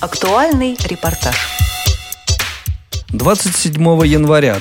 Актуальный репортаж. 27 января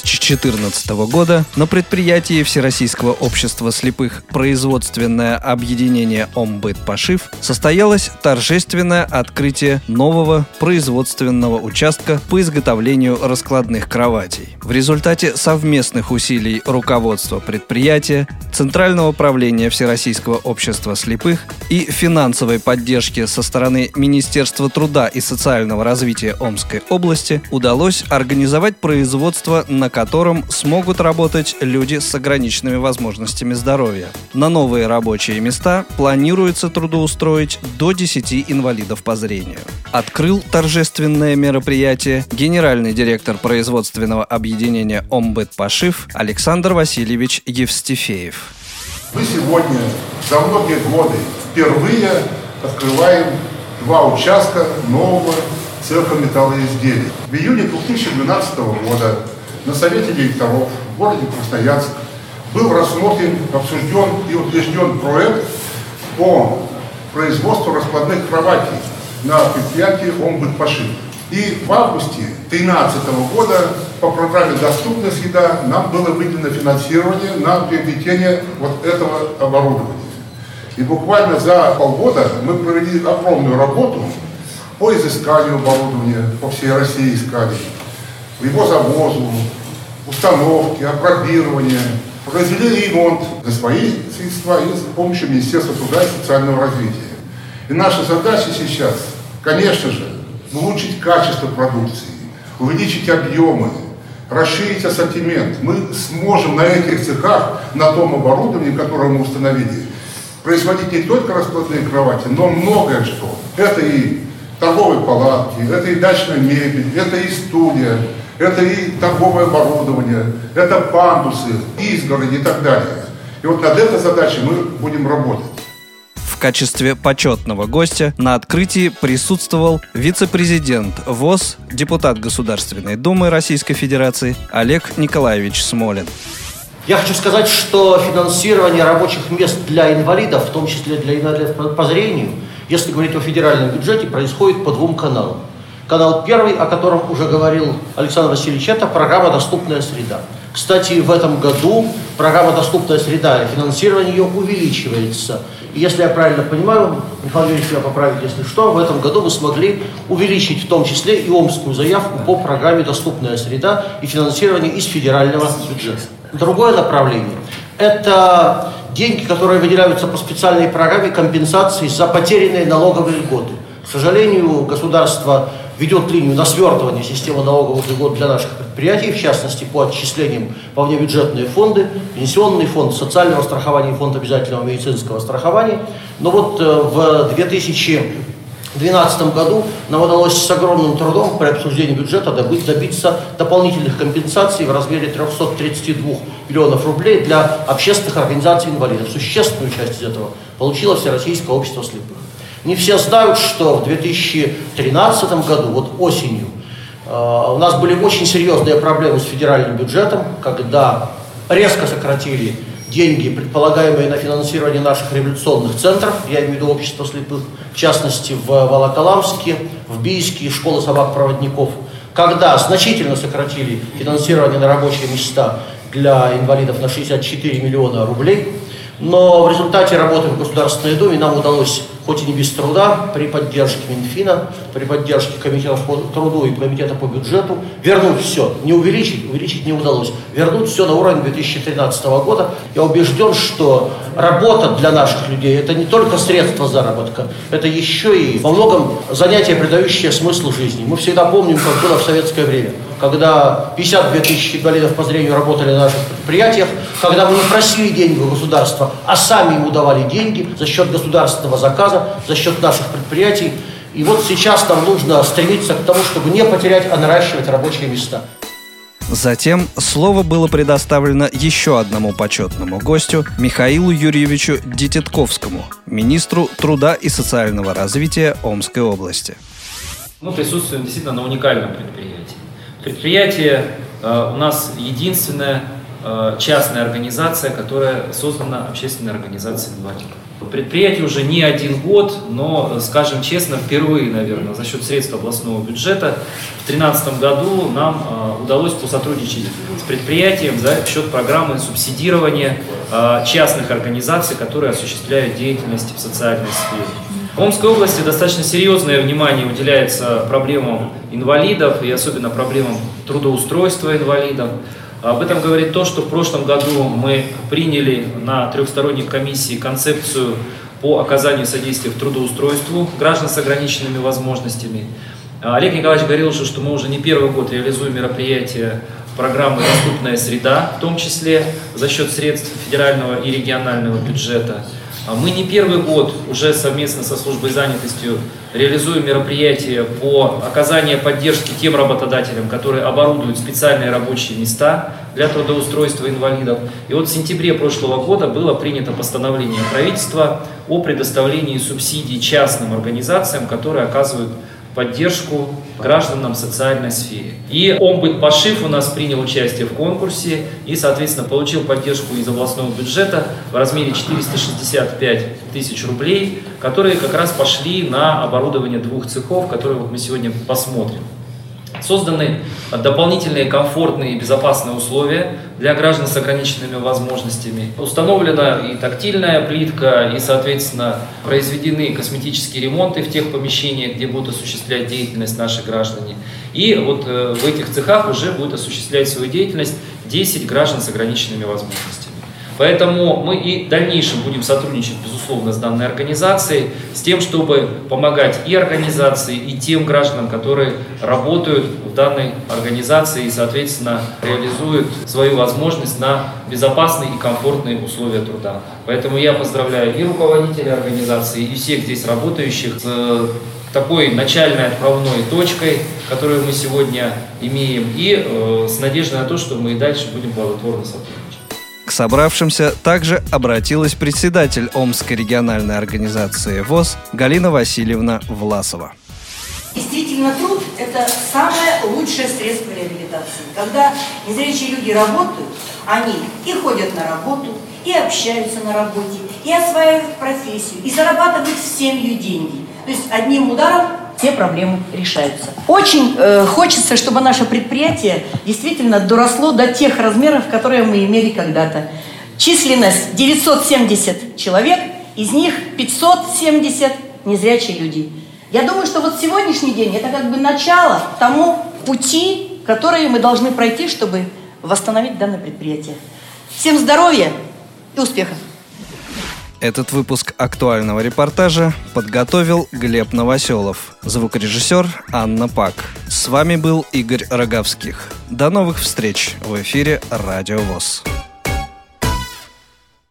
2014 года на предприятии Всероссийского общества слепых «Производственное объединение ОМБыт-Пошив» состоялось торжественное открытие нового производственного участка по изготовлению раскладных кроватей. В результате совместных усилий руководства предприятия, Центрального управления Всероссийского общества слепых и финансовой поддержки со стороны Министерства труда и социального развития Омской области удалось организовать производство, на котором смогут работать люди с ограниченными возможностями здоровья. На новые рабочие места планируется трудоустроить до 10 инвалидов по зрению. Открыл торжественное мероприятие генеральный директор производственного объединения ОМБыт-Пошив Александр Васильевич Евстифеев. Мы сегодня за многие годы впервые открываем два участка нового цеха металлоизделий. В июне 2012 года на Совете директоров в городе Красноярск был рассмотрен, обсужден и утвержден проект по производству раскладных кроватей на предприятии ОМБыт-Пошив. И в августе 2013 года по программе «Доступная среда» нам было выделено финансирование на приобретение вот этого оборудования. И буквально за полгода мы провели огромную работу по изысканию оборудования, по всей России искали, его завозу, установке, апробирование, произвели ремонт за свои средства и с помощью Министерства труда и социального развития. И наша задача сейчас, конечно же, улучшить качество продукции, увеличить объемы, расширить ассортимент. Мы сможем на этих цехах, на том оборудовании, которое мы установили, производить не только раскладные кровати, но многое что. Это и торговые палатки, это и дачная мебель, это и стулья, это и торговое оборудование, это пандусы, изгороди и так далее. И вот над этой задачей мы будем работать. В качестве почетного гостя на открытии присутствовал вице-президент ВОС, депутат Государственной Думы Российской Федерации Олег Николаевич Смолин. Я хочу сказать, что финансирование рабочих мест для инвалидов, в том числе для инвалидов по зрению, если говорить о федеральном бюджете, происходит по двум каналам. Канал первый, о котором уже говорил Александр Васильевич, это программа «Доступная среда». Кстати, в этом году программа «Доступная среда» и финансирование ее увеличивается. И если я правильно понимаю, Михаил Юрьевич, меня поправит, если что, в этом году мы смогли увеличить в том числе и омскую заявку по программе «Доступная среда» и финансирование из федерального бюджета. Другое направление – это деньги, которые выделяются по специальной программе компенсации за потерянные налоговые льготы. К сожалению, государство ведет линию на свертывание системы налоговых льгот для наших предприятий, в частности, по отчислениям во внебюджетные фонды, пенсионный фонд социального страхования и фонд обязательного медицинского страхования. Но вот в 2012 году нам удалось с огромным трудом при обсуждении бюджета добиться дополнительных компенсаций в размере 332 миллионов рублей для общественных организаций инвалидов. Существенную часть из этого получило Всероссийское общество слепых. Не все знают, что в 2013 году, вот осенью, у нас были очень серьезные проблемы с федеральным бюджетом, когда резко сократили деньги, предполагаемые на финансирование наших реабилитационных центров, я имею в виду общество слепых, в частности в Волоколамске, в Бийске, школы собак-проводников, когда значительно сократили финансирование на рабочие места для инвалидов на 64 миллиона рублей. Но в результате работы в Государственной Думе нам удалось, хоть и не без труда, при поддержке Минфина, при поддержке Комитета по труду и Комитета по бюджету, вернуть все. Не увеличить не удалось. Вернуть все на уровень 2013 года. Я убежден, что работа для наших людей – это не только средство заработка, это еще и во многом занятие, придающее смысл жизни. Мы всегда помним, как было в советское время, когда 52 тысячи инвалидов по зрению работали на наших предприятиях, когда мы не просили деньги у государства, а сами ему давали деньги за счет государственного заказа, за счет наших предприятий. И вот сейчас нам нужно стремиться к тому, чтобы не потерять, а наращивать рабочие места. Затем слово было предоставлено еще одному почетному гостю Михаилу Юрьевичу Дитятковскому, министру труда и социального развития Омской области. Мы присутствуем действительно на уникальном предприятии. Предприятие у нас единственная частная организация, которая создана общественной организацией инвалидов. Предприятие уже не один год, но, скажем честно, впервые, наверное, за счет средств областного бюджета в 2013 году нам удалось посотрудничать с предприятием за счет программы субсидирования частных организаций, которые осуществляют деятельность в социальной сфере. В Омской области достаточно серьезное внимание уделяется проблемам инвалидов и особенно проблемам трудоустройства инвалидов. Об этом говорит то, что в прошлом году мы приняли на трехсторонней комиссии концепцию по оказанию содействия в трудоустройству граждан с ограниченными возможностями. Олег Николаевич говорил уже, что мы уже не первый год реализуем мероприятия программы «Доступная среда», в том числе за счет средств федерального и регионального бюджета. Мы не первый год уже совместно со службой занятости реализуем мероприятия по оказанию поддержки тем работодателям, которые оборудуют специальные рабочие места для трудоустройства инвалидов. И вот в сентябре прошлого года было принято постановление правительства о предоставлении субсидий частным организациям, которые оказывают поддержку гражданам в социальной сфере. И ОМБыт Пашив у нас принял участие в конкурсе и, соответственно, получил поддержку из областного бюджета в размере 465 тысяч рублей, которые как раз пошли на оборудование 2 цехов, которые вот мы сегодня посмотрим. Созданы дополнительные комфортные и безопасные условия для граждан с ограниченными возможностями. Установлена и тактильная плитка, и, соответственно, произведены косметические ремонты в тех помещениях, где будут осуществлять деятельность наши граждане. И вот в этих цехах уже будет осуществлять свою деятельность 10 граждан с ограниченными возможностями. Поэтому мы и в дальнейшем будем сотрудничать, безусловно, с данной организацией, с тем, чтобы помогать и организации, и тем гражданам, которые работают в данной организации и, соответственно, реализуют свою возможность на безопасные и комфортные условия труда. Поэтому я поздравляю и руководителей организации, и всех здесь работающих с такой начальной отправной точкой, которую мы сегодня имеем, и с надеждой на то, что мы и дальше будем плодотворно сотрудничать. К собравшимся также обратилась председатель Омской региональной организации ВОС Галина Васильевна Власова. Действительно, труд – это самое лучшее средство реабилитации. Когда незрячие люди работают, они и ходят на работу, и общаются на работе, и осваивают профессию, и зарабатывают в семью деньги. То есть одним ударом все проблемы решаются. Очень хочется, чтобы наше предприятие действительно доросло до тех размеров, которые мы имели когда-то. Численность 970 человек, из них 570 незрячие люди. Я думаю, что вот сегодняшний день это как бы начало тому пути, который мы должны пройти, чтобы восстановить данное предприятие. Всем здоровья и успехов! Этот выпуск актуального репортажа подготовил Глеб Новоселов, звукорежиссер Анна Пак. С вами был Игорь Роговских. До новых встреч в эфире Радио ВОС.